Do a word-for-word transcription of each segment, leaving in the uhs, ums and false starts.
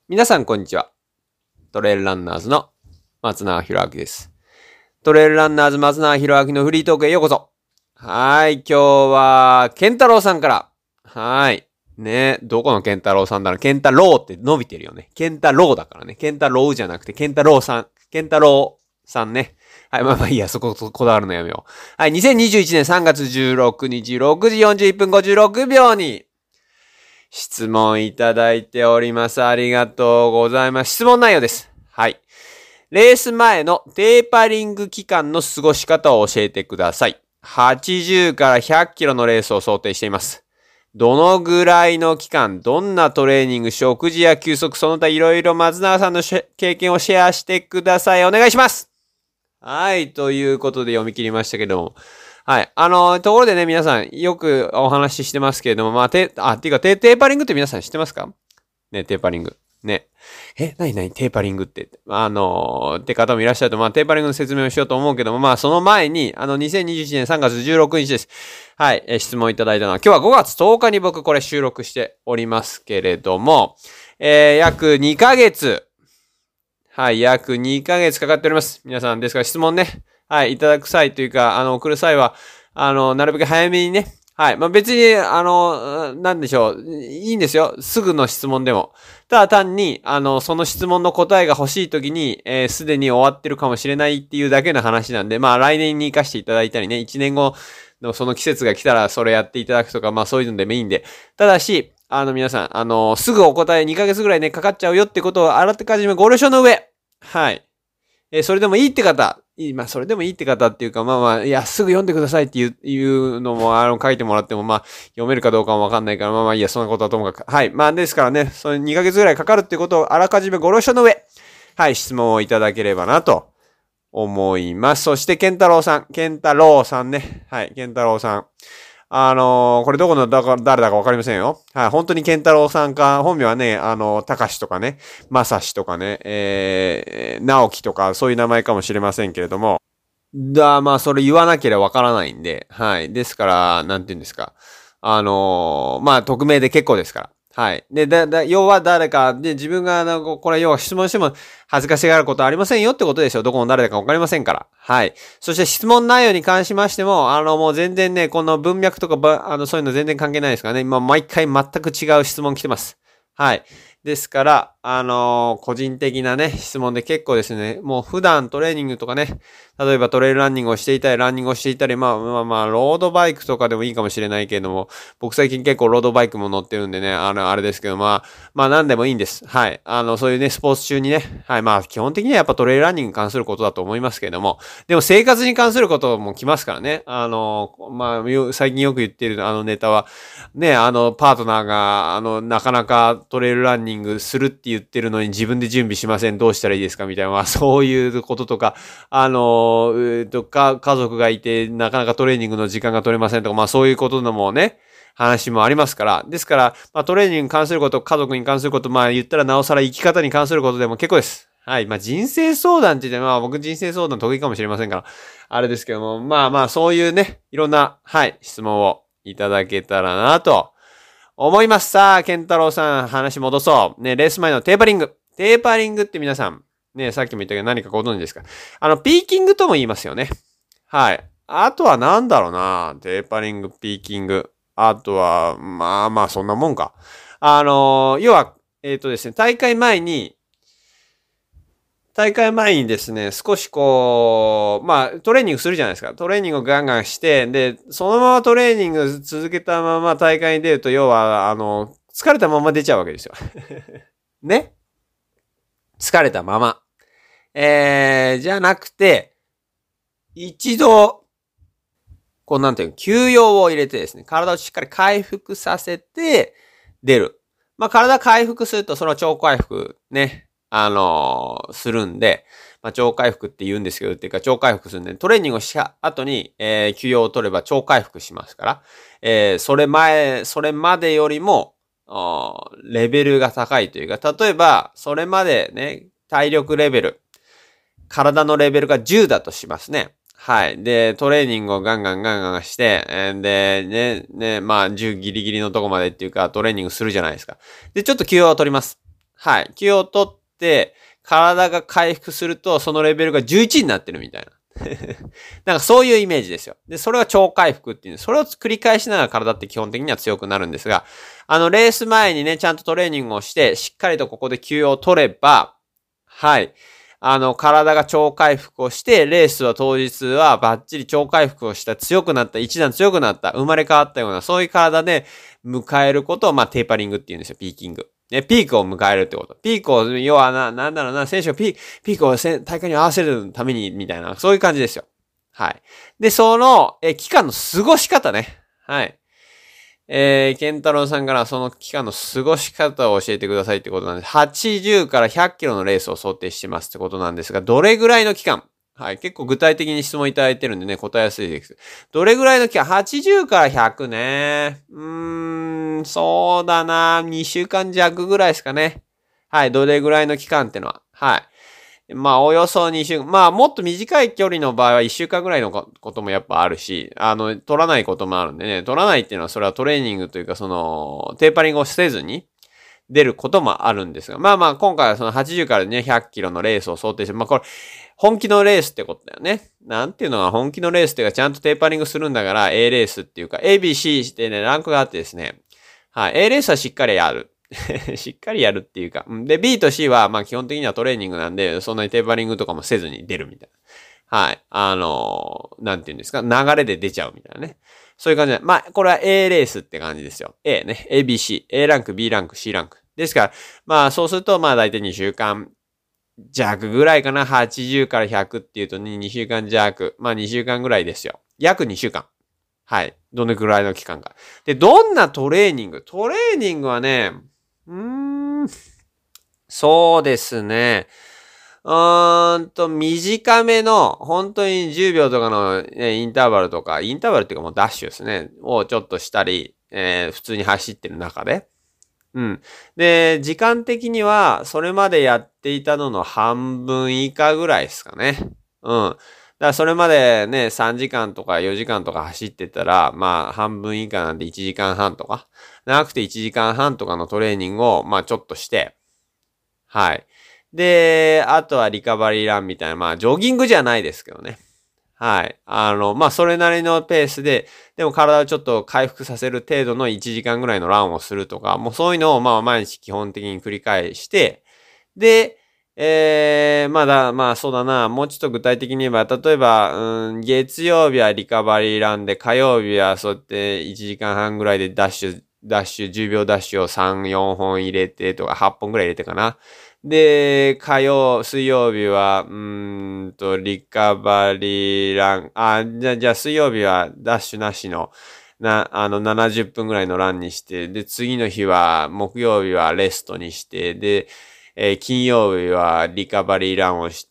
皆さんこんにちは。トレイルランナーズの松永博明です。トレイルランナーズ松永博明のフリートークへようこそ。はい、今日は、ケンタロウさんから。はい。ね、どこのケンタロウさんだろう。ケンタロウって伸びてるよね。ケンタロウだからね。ケンタロウじゃなくて、ケンタロウさん。ケンタロウさんね。はい、まあまあいいや、そここだわるのやめよう。はい、にせんにじゅういちねんさんがつじゅうろくにちろくじよんじゅういっぷんごじゅうろくびょうに、質問いただいております。ありがとうございます。質問内容です。はい。レース前のテーパリング期間の過ごし方を教えてください。はちじゅうからひゃっキロのレースを想定しています。どのぐらいの期間、どんなトレーニング、食事や休息、その他いろいろ松永さんの経験をシェアしてください。お願いします。はい。ということで読み切りましたけども。はい。あの、ところでね、皆さん、よくお話ししてますけれども、まあ、テあ、っていうかテ、テーパリングって皆さん知ってますかね、テーパリング。ね。え、なになにテーパリングって。あの、って方もいらっしゃると、まあ、テーパリングの説明をしようと思うけども、まあ、その前に、あの、にせんにじゅういちねんさんがつじゅうろくにちです。はい。え、質問いただいたのは、今日はごがつとおかに僕これ収録しておりますけれども、えー、約にかげつ、はい、約にかげつかかっております。皆さん、ですから質問ね、はい、いただく際というか、あの、送る際は、あの、なるべく早めにね、はい。まあ、別に、あの、なんでしょう。いいんですよ。すぐの質問でも。ただ単に、あの、その質問の答えが欲しいときに、えー、すでに終わってるかもしれないっていうだけの話なんで、まあ、来年に活かしていただいたりね、いちねんごのその季節が来たらそれやっていただくとか、まあ、そういうのでもいいんで。ただし、あの、皆さん、あの、すぐお答えにかげつぐらいね、かかっちゃうよってことをあらかじめご了承の上、はい。えー、それでもいいって方、まあ、それでもいいって方っていうか、まあまあ、いや、すぐ読んでくださいっていう、いうのも、あの、書いてもらっても、まあ、読めるかどうかもわかんないから、まあまあ、いいや、そんなことはともかく。はい。まあ、ですからね、そのにかげつぐらいかかるってことをあらかじめご了承の上、はい、質問をいただければなと思います。そして、ケンタロウさん、ケンタロウさんね。はい、ケンタロウさん。あのー、これどこのだか誰だかわかりませんよ。はい、本当にケンタロウさんか、本名はね、あの、たかしとかね、まさしとかね、えー、なおきとか、そういう名前かもしれませんけれども。だ、まあ、それ言わなければわからないんで、はい。ですから、なんて言うんですか。あのー、まあ、匿名で結構ですから。はい。で、だ、だ、要は誰か、で、自分が、なんか、これ、要は質問しても恥ずかしがることありませんよってことですよ。どこの誰だかわかりませんから。はい。そして質問内容に関しましても、あの、もう全然ね、この文脈とか、ば、あの、そういうの全然関係ないですからね。今、毎回全く違う質問来てます。はい。ですから、あのー、個人的なね、質問で結構ですね、もう普段トレーニングとかね、例えばトレイルランニングをしていたり、ランニングをしていたり、まあまあまあ、ロードバイクとかでもいいかもしれないけれども、僕最近結構ロードバイクも乗ってるんでね、あの、あれですけど、まあ、まあ何でもいいんです。はい。あの、そういうね、スポーツ中にね、はい。まあ、基本的にはやっぱトレイルランニングに関することだと思いますけれども、でも生活に関することも来ますからね。あの、まあ、最近よく言っているあのネタは、ね、あの、パートナーが、あの、なかなかトレイルランニングするって言ってるのに自分で準備しません。どうしたらいいですかみたいな、まあ、そういうこととか、あの、えっと、か、家族がいて、なかなかトレーニングの時間が取れませんとか、まあ、そういうことのもね、話もありますから。ですから、まあ、トレーニングに関すること、家族に関すること、まあ、言ったらなおさら生き方に関することでも結構です。はい。まあ、人生相談って言って、まあ、僕人生相談得意かもしれませんから、あれですけども、まあまあ、そういうね、いろんな、はい、質問をいただけたらなと思います。さあ、ケンタロウさん、話戻そう。ね、レース前のテーパリング。テーパリングって皆さん、ね、さっきも言ったけど何かご存知ですか？あの、ピーキングとも言いますよね。はい。あとはなんだろうな。テーパリング、ピーキング。あとは、まあまあ、そんなもんか。あの、要は、えっとですね、大会前に、大会前にですね、少しこう、まあ、トレーニングするじゃないですか。トレーニングをガンガンして、で、そのままトレーニング続けたまま大会に出ると、要は、あの、疲れたまま出ちゃうわけですよ。ね？疲れたまま。えー、じゃなくて、一度、こうなんていうの、休養を入れてですね、体をしっかり回復させて、出る。まあ、体回復すると、その超回復ね、あのー、するんで、まあ、超回復って言うんですけど、っていうか超回復するんで、トレーニングをした後に、えー、休養を取れば超回復しますから、えー、それ前、それまでよりも、レベルが高いというか、例えば、それまでね、体力レベル、体のレベルがじゅうだとしますね。はい。で、トレーニングをガンガンガンガンして、で、ね、ね、まあ、じゅうギリギリのとこまでっていうか、トレーニングするじゃないですか。で、ちょっと休養を取ります。 はい。休養を取って、体が回復すると、そのレベルがじゅういちになってるみたいな。なんかそういうイメージですよ。で、それは超回復っていう。それを繰り返しながら体って基本的には強くなるんですが、あの、レース前にね、ちゃんとトレーニングをして、しっかりとここで休養を取れば、はい。あの、体が超回復をして、レースは当日はバッチリ超回復をした、強くなった、一段強くなった、生まれ変わったような、そういう体で迎えることを、まあ、テーパリングって言うんですよ、ピーキング。ね、ピークを迎えるってこと。ピークを、要はな、なんだろうな、選手がピーク、ピークを大会に合わせるために、みたいな、そういう感じですよ。はい。で、その、え、期間の過ごし方ね。はい。えー、ケンタロウさんからその期間の過ごし方を教えてくださいってことなんです。はちじゅうからひゃっキロのレースを想定してますってことなんですが、どれぐらいの期間？はい。結構具体的に質問いただいてるんでね、答えやすいです。どれぐらいの期間？ はちじゅう からひゃくね。うーん、そうだな。にしゅうかん弱ぐらいですかね。はい。どれぐらいの期間ってのは。はい。まあ、およそにしゅうかん。まあ、もっと短い距離の場合はいっしゅうかんぐらいのこともやっぱあるし、あの、取らないこともあるんでね、取らないっていうのはそれはトレーニングというか、その、テーパリングをせずに出ることもあるんですが、まあまあ、今回はそのはちじゅうからね、ひゃっキロのレースを想定して、まあこれ、本気のレースってことだよね。なんていうのが本気のレースっていうか、ちゃんとテーパリングするんだから、A レースっていうか、エービーシー してね、ランクがあってですね、はい、A レースはしっかりやる。しっかりやるっていうか。で、B と C は、まあ基本的にはトレーニングなんで、そんなにテーパリングとかもせずに出るみたいな。はい。あのー、なんていうんですか、流れで出ちゃうみたいなね。そういう感じで。まあ、これは A レースって感じですよ。A ね。A、B、C。A ランク、B ランク、C ランク。ですから、まあそうすると、まあ大体にしゅうかん弱ぐらいかな。はちじゅうからひゃくっていうとにしゅうかん弱。まあにしゅうかんぐらいですよ。約にしゅうかん。はい。どのくらいの期間か。で、どんなトレーニング？トレーニングはね、うーん、そうですね。うーんと、短めの、本当にじゅうびょうとかの、ね、インターバルとか、インターバルっていうかもうダッシュですね。をちょっとしたり、えー、普通に走ってる中で。うん。で、時間的には、それまでやっていたのの半分以下ぐらいですかね。うん。だからそれまでね、さんじかんとかよじかんとか走ってたら、まあ半分以下なんでいちじかんはんとか、長くていちじかんはんとかのトレーニングを、まあちょっとして、はい。で、あとはリカバリーランみたいな、まあジョギングじゃないですけどね。はい。あの、まあ、それなりのペースで、でも体をちょっと回復させる程度のいちじかんぐらいのランをするとか、もうそういうのをまあ毎日基本的に繰り返して、で、えー、まだ、まあそうだな、もうちょっと具体的に言えば、例えば、うん、月曜日はリカバリーランで、火曜日はそうやっていちじかんはんぐらいでダッシュ、ダッシュ、じゅうびょうダッシュをさん、よんほん入れてとか、はっぽんぐらい入れてかな。で、火曜、水曜日は、うーんと、リカバリーラン、あ、じゃ、じゃあ水曜日はダッシュなしの、な、あの、ななじゅっぷんぐらいのランにして、で、次の日は、木曜日はレストにして、で、えー金曜日はリカバリーランをして、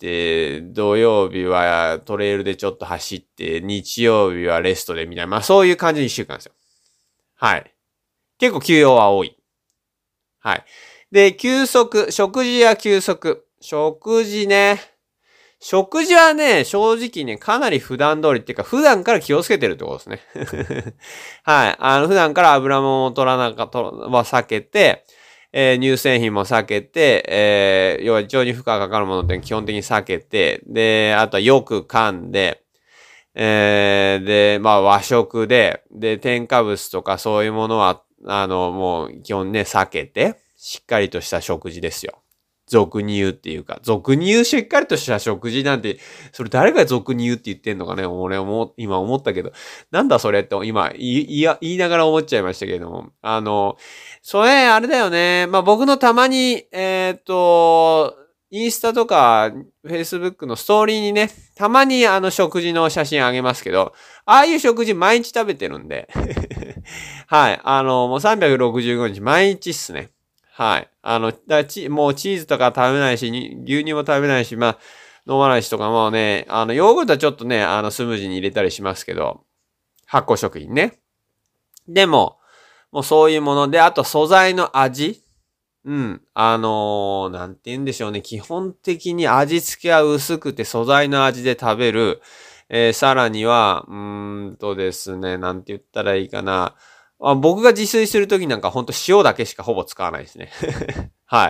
土曜日はトレイルでちょっと走って、日曜日はレストでみたいな、まあそういう感じの一週間ですよ。はい。結構休養は多い。はい。で、休息、食事や休息。食事ね。食事はね、正直ね、かなり普段通りっていうか、普段から気をつけてるってことですね。はい。あの、普段から油もんを取らなか、とは避けて、えー、乳製品も避けて、えー、要は腸に負荷がかかるものって基本的に避けて、で、あとはよく噛んで、えー、で、まあ和食で、で、添加物とかそういうものは、あの、もう基本ね、避けて、しっかりとした食事ですよ。俗に言うっていうか、俗に言うしっかりとした食事なんて、それ誰が俗に言うって言ってんのかね、俺も今思ったけど、なんだそれって今言い、言いながら思っちゃいましたけれども、あの、それ、あれだよね。まあ、僕のたまに、えっと、インスタとか、フェイスブックのストーリーにね、たまにあの食事の写真あげますけど、ああいう食事毎日食べてるんで、はい。あの、もうさんびゃくろくじゅうごにち毎日っすね。はい。あの、だち、もうチーズとか食べないし、牛乳も食べないし、まあ、飲まないしとかもね、あの、ヨーグルトはちょっとね、あの、スムージーに入れたりしますけど、発酵食品ね。でも、もうそういうもので、あと素材の味。うん。あのー、なんて言うんでしょうね。基本的に味付けは薄くて素材の味で食べる。えー、さらには、うーんとですね、なんて言ったらいいかな。あ僕が自炊するときなんかほんと塩だけしかほぼ使わないですね。はい。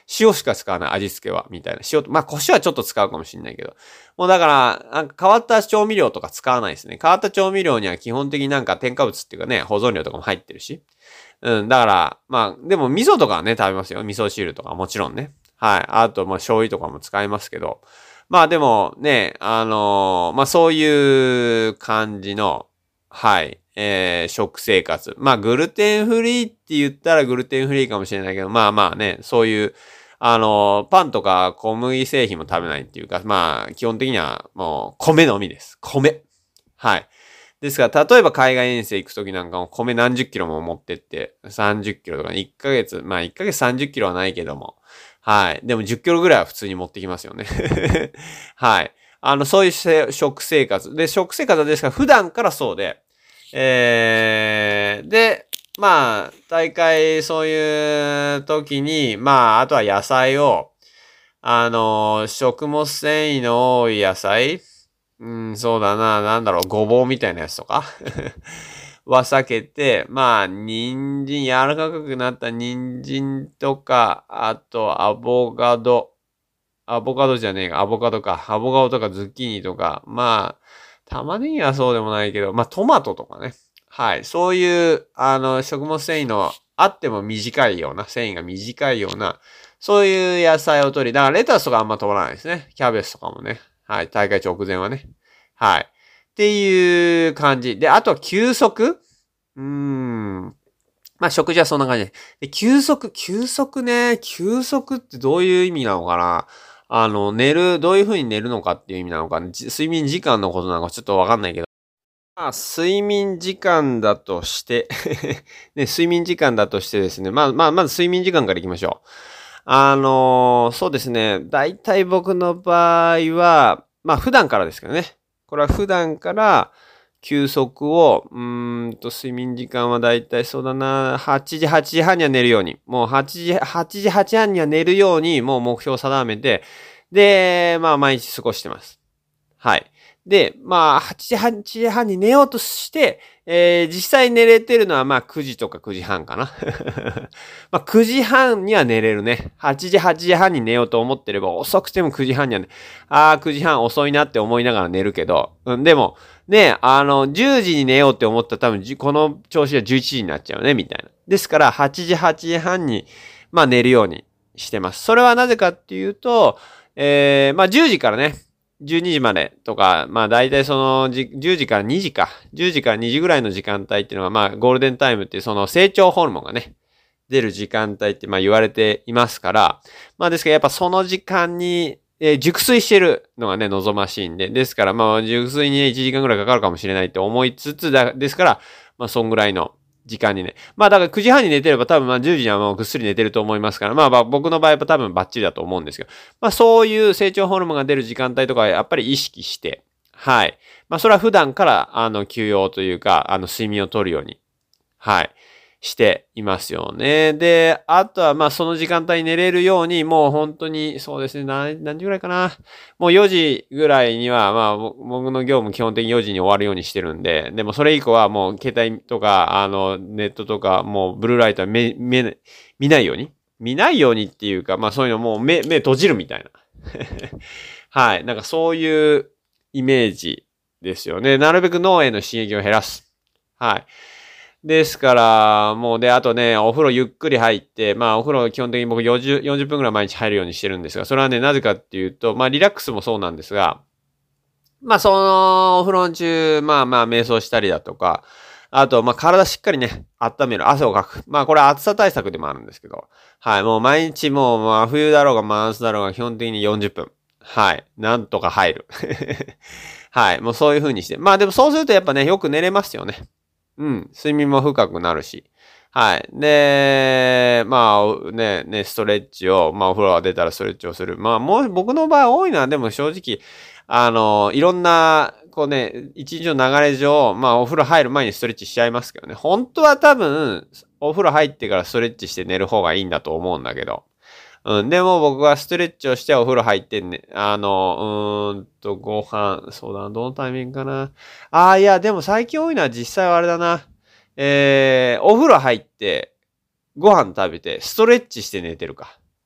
塩しか使わない、味付けは、みたいな。塩と、まあ、胡椒はちょっと使うかもしれないけど。もうだから、なんか変わった調味料とか使わないですね。変わった調味料には基本的になんか添加物っていうかね、保存料とかも入ってるし。うん、だから、まあ、でも味噌とかはね、食べますよ。味噌汁とかもちろんね。はい。あと、まあ、醤油とかも使いますけど。まあでもね、あのーまあそういう感じの、はい、えー、食生活。まあグルテンフリーって言ったらグルテンフリーかもしれないけど、まあまあね、そういう、あのーパンとか小麦製品も食べないっていうか、まあ基本的にはもう米のみです。米。はい。ですから、例えば海外遠征行くときなんかも米何十キロも持ってって、さんじゅっキロとかいっかげつ、まあいっかげつさんじゅっキロはないけども、はい。でもじゅっキロぐらいは普通に持ってきますよね。はい。あの、そういう食生活。で、食生活ですから普段からそうで、えー、で、まあ、大会そういう時に、まあ、あとは野菜を、あの、食物繊維の多い野菜、うん、そうだな、なんだろう、ごぼうみたいなやつとかは避けて、まあ、人参、柔らかくなった人参とか、あと、アボカド。アボカドじゃねえか、アボカドか。アボカドとかズッキーニとか、まあ、玉ねぎはそうでもないけど、まあ、トマトとかね。はい。そういう、あの、食物繊維のあっても短いような、繊維が短いような、そういう野菜を取り、だからレタスとかあんま取らないですね。キャベツとかもね。はい。大会直前はね。はい。っていう感じ。で、あとは休息うーん。まあ、食事はそんな感じで。で、休息、休息ね。休息ってどういう意味なのかなあの、寝る、どういう風に寝るのかっていう意味なのか、睡眠時間のことなのかちょっとわかんないけど。まあ、睡眠時間だとしてね、睡眠時間だとしてですね。まあ、まあ、まず睡眠時間からいきましょう。あのーそうですね。だいたい僕の場合は、まあ、普段からですけどね。これは普段から、休息を、うーんと、睡眠時間はだいたいそうだな、はちじ、はちじはんには寝るように、もうはちじ、はちじ、はちじはんには寝るように、もう目標を定めて、で、まあ、毎日過ごしてます。はい。で、まあ、はちじ、はちじはんに寝ようとして、えー、実際寝れてるのはまあくじとかくじはんかな。まあくじはんには寝れるね。はちじ、はちじはんに寝ようと思ってれば遅くてもくじはんにはね、ああ、くじはん遅いなって思いながら寝るけど、うん、でも、ね、あの、じゅうじに寝ようって思ったら多分この調子ではじゅういちじになっちゃうね、みたいな。ですから、はちじ、はちじはんに、まあ寝るようにしてます。それはなぜかっていうと、えー、まあじゅうじからね、じゅうにじまでとか、まあ大体そのじゅうじからにじか。じゅうじからにじぐらいの時間帯っていうのはまあゴールデンタイムっていうその成長ホルモンがね、出る時間帯ってまあ言われていますから、まあですからやっぱその時間に、えー熟睡してるのがね、望ましいんで、ですからまあ熟睡にね、いちじかんぐらいかかるかもしれないって思いつつだ、ですから、まあそんぐらいの時間にね。まあだからくじはんに寝てれば多分まあじゅうじにはもうぐっすり寝てると思いますから、まあまあ僕の場合は多分バッチリだと思うんですけど、まあそういう成長ホルモンが出る時間帯とかはやっぱり意識して、はい。まあそれは普段からあの休養というか、あの睡眠をとるように、はい。していますよね。で、あとはまあその時間帯に寝れるように、もう本当にそうですね、何、何時ぐらいかな。もうよじぐらいには、まあ僕の業務基本的によじに終わるようにしてるんで、でもそれ以降はもう携帯とか、あの、ネットとか、もうブルーライトは目、目、見ないように見ないようにっていうか、まあそういうのもう目、目閉じるみたいな。はい。なんかそういうイメージですよね。なるべく脳への刺激を減らす。はい。ですから、もうで、あとね、お風呂ゆっくり入って、まあお風呂基本的に僕よんじゅう、よんじゅっぷんくらい毎日入るようにしてるんですが、それはね、なぜかっていうと、まあリラックスもそうなんですが、まあそのお風呂中、まあまあ瞑想したりだとか、あと、まあ体しっかりね、温める、汗をかく。まあこれ暑さ対策でもあるんですけど、はい、もう毎日もう、まあ冬だろうが真夏だろうが基本的によんじゅっぷん。はい。なんとか入る。はい。もうそういう風にして。まあでもそうするとやっぱね、よく寝れますよね。うん。睡眠も深くなるし。はい。で、まあ、ね、ね、ストレッチを、まあ、お風呂が出たらストレッチをする。まあ、もう、僕の場合多いのは、でも正直、あの、いろんな、こうね、一日の流れ上、まあ、お風呂入る前にストレッチしちゃいますけどね。本当は多分、お風呂入ってからストレッチして寝る方がいいんだと思うんだけど。うん。でも僕はストレッチをしてお風呂入ってんね。あの、うーんと、ご飯、そうだな、どのタイミングかな。ああ、いや、でも最近多いのは実際はあれだな。えー、お風呂入って、ご飯食べて、ストレッチして寝てるか。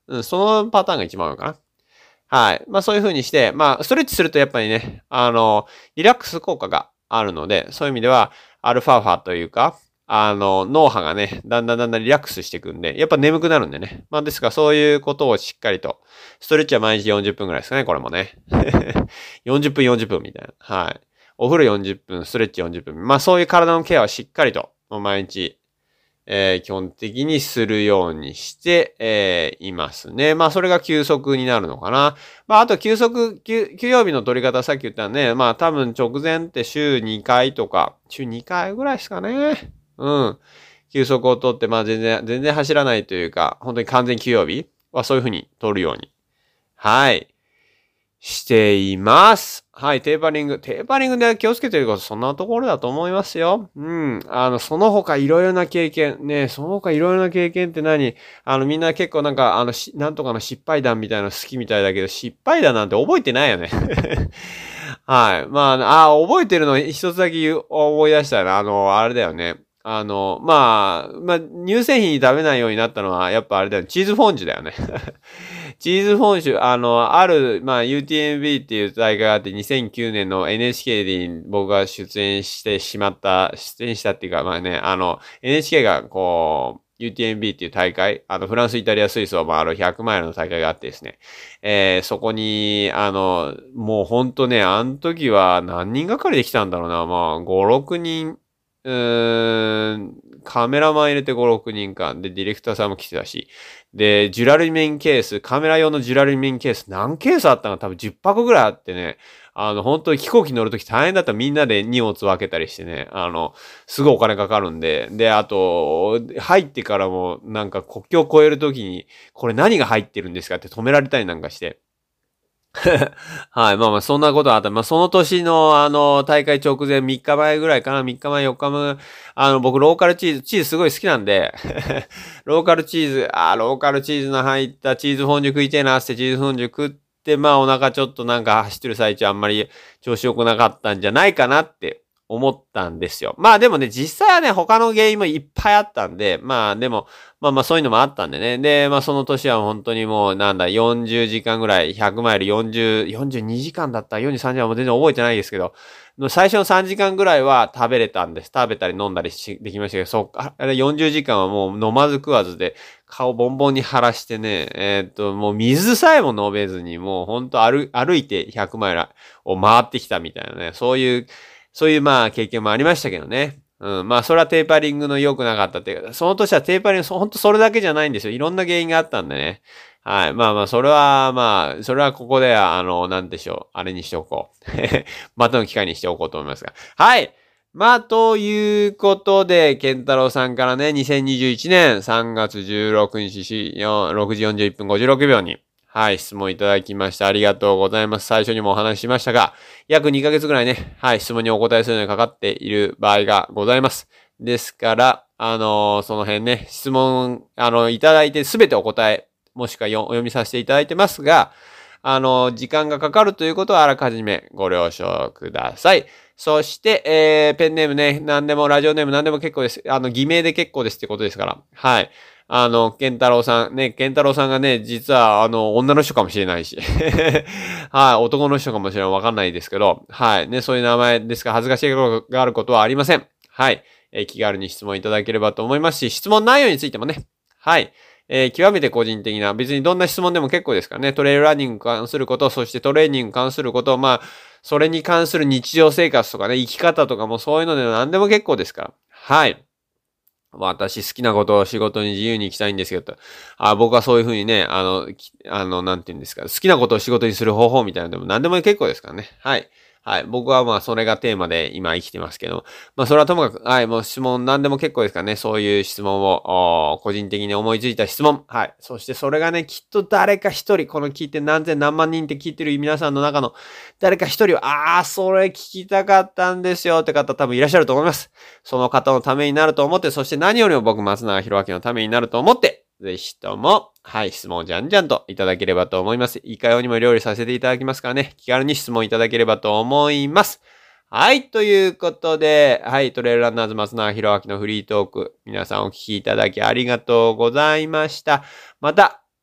うん、そのパターンが一番多いかな。はい。まあそういう風にして、まあストレッチするとやっぱりね、あの、リラックス効果があるので、そういう意味では、アルファ波というか、あの、脳波がね、だんだんだんだんリラックスしていくんで、やっぱ眠くなるんでね。まあですからそういうことをしっかりと、ストレッチは毎日よんじゅっぷんぐらいですかね、これもね。よんじゅっぷんよんじゅっぷんみたいな。はい。お風呂よんじゅっぷん、ストレッチよんじゅっぷん。まあそういう体のケアはしっかりと、毎日、えー、基本的にするようにして、えー、いますね。まあ、それが休息になるのかな。まあ、あと休息、休、休養日の取り方さっき言ったね。まあ、多分直前って週にかいとか、週にかいぐらいですかね。うん。休息を取って、まあ、全然、全然走らないというか、本当に完全休養日はそういうふうに取るように。はい。しています。はい、テーパリング。テーパリングで気をつけてること、そんなところだと思いますよ。うん。あの、その他いろいろな経験。ね、その他いろいろな経験って何？あの、みんな結構なんか、あの、し、なんとかの失敗談みたいなの好きみたいだけど、失敗談なんて覚えてないよね。はい。まあ、あ、覚えてるの一つだけ思い出したら、あの、あれだよね。あの、まあ、まあ、乳製品食べないようになったのは、やっぱあれだよね。チーズフォンジュだよね。チーズフォンジュ、あの、ある、まあ、ユーティーエムビー っていう大会があって、にせんきゅうねんの エヌエイチケー に僕が出演してしまった、出演したっていうか、まあね、あの、エヌエイチケー がこう、ユーティーエムビー っていう大会、あの、フランス、イタリア、スイスを回るひゃくマイルの大会があってですね、えー、そこに、あの、もうほんとね、あの時は何人がかりで来たんだろうな、まあ、ご、ろくにん、うーん、カメラマン入れてご、ろくにんか。で、ディレクターさんも来てたし。で、ジュラルミンケース、カメラ用のジュラルミンケース、何ケースあったの多分じゅっぱこぐらいあってね。あの、本当に飛行機乗るとき大変だったらみんなで荷物分けたりしてね。あの、すごいお金かかるんで。で、あと、入ってからも、なんか国境を越えるときに、これ何が入ってるんですかって止められたりなんかして。はい。まあまあ、そんなことはあった。まあ、その年の、あの、大会直前みっかまえぐらいかな。みっかまえ、よっかまえ。あの、僕、ローカルチーズ、チーズすごい好きなんで、ローカルチーズ、あ、ローカルチーズの入ったチーズフォンデュ食いてえなってチーズフォンデュ食って、まあ、お腹ちょっとなんか走ってる最中あんまり調子良くなかったんじゃないかなって思ったんですよ。まあでもね、実際はね、他の原因もいっぱいあったんで、まあでも、まあまあそういうのもあったんでね。で、まあその年は本当にもうなんだ、よんじゅうじかんぐらい、ひゃくマイルよんじゅう、よんじゅうにじかんだった、よんじゅうさんじかんも全然覚えてないですけど、最初のさんじかんぐらいは食べれたんです。食べたり飲んだりし、できましたけど、そう、あれよんじゅうじかんはもう飲まず食わずで、顔ボンボンに晴らしてね、えー、っと、もう水さえも飲めずに、もう本当歩、歩いてひゃくマイルを回ってきたみたいなね、そういう、そういうまあ経験もありましたけどね。うん。まあそれはテーパリングの良くなかったっていうか、その年はテーパリング、ほんとそれだけじゃないんですよ。いろんな原因があったんでね。はい。まあまあ、それはまあ、それはここでは、あの、なんでしょう。あれにしておこう。またの機会にしておこうと思いますが。はい。まあ、ということで、ケンタロウさんからね、にせんにじゅういちねんさんがつじゅうろくにちろくじよんじゅういっぷんごじゅうろくびょうに、はい、質問いただきました。ありがとうございます。最初にもお話ししましたが、約にかげつぐらいね、はい、質問にお答えするのにかかっている場合がございます。ですから、あのー、その辺ね、質問、あの、いただいてすべてお答え、もしくはお読みさせていただいてますが、あのー、時間がかかるということはあらかじめご了承ください。そして、えー、ペンネームね、何でも、ラジオネーム何でも結構です。あの、偽名で結構ですってことですから。はい。あの、ケンタロウさん、ね、ケンタロウさんがね、実は、あの、女の人かもしれないし。はい、男の人かもしれない。わかんないですけど。はい。ね、そういう名前ですが、恥ずかしいことがあることはありません。はい。えー、気軽に質問いただければと思いますし、質問内容についてもね。はい。えー、極めて個人的な、別にどんな質問でも結構ですからね。トレイルランニングに関すること、そしてトレーニングに関すること、まあ、それに関する日常生活とかね、生き方とかもそういうので何でも結構ですから。はい。私好きなことを仕事に自由に行きたいんですけど、あ、僕はそういうふうにね、あの、あの、なんて言うんですか、好きなことを仕事にする方法みたいなのでも何でも結構ですからね。はい。はい。僕はまあ、それがテーマで今生きてますけど、まあ、それはともかく、はい、もう質問何でも結構ですからね、そういう質問を、個人的に思いついた質問。はい。そしてそれがね、きっと誰か一人、この聞いて何千何万人って聞いてる皆さんの中の誰か一人は、ああ、それ聞きたかったんですよって方多分いらっしゃると思います。その方のためになると思って、そして何よりも僕、松永博明のためになると思って、ぜひとも、はい、質問をじゃんじゃんといただければと思います。いかようにも料理させていただきますからね、気軽に質問いただければと思います。はい、ということで、はい、トレイルランナーズ松永博明のフリートーク、皆さんお聞きいただきありがとうございました。また、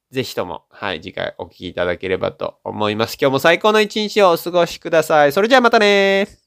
ぜひとも、はい、次回お聞きいただければと思います。今日も最高の一日をお過ごしください。それじゃあまたねー。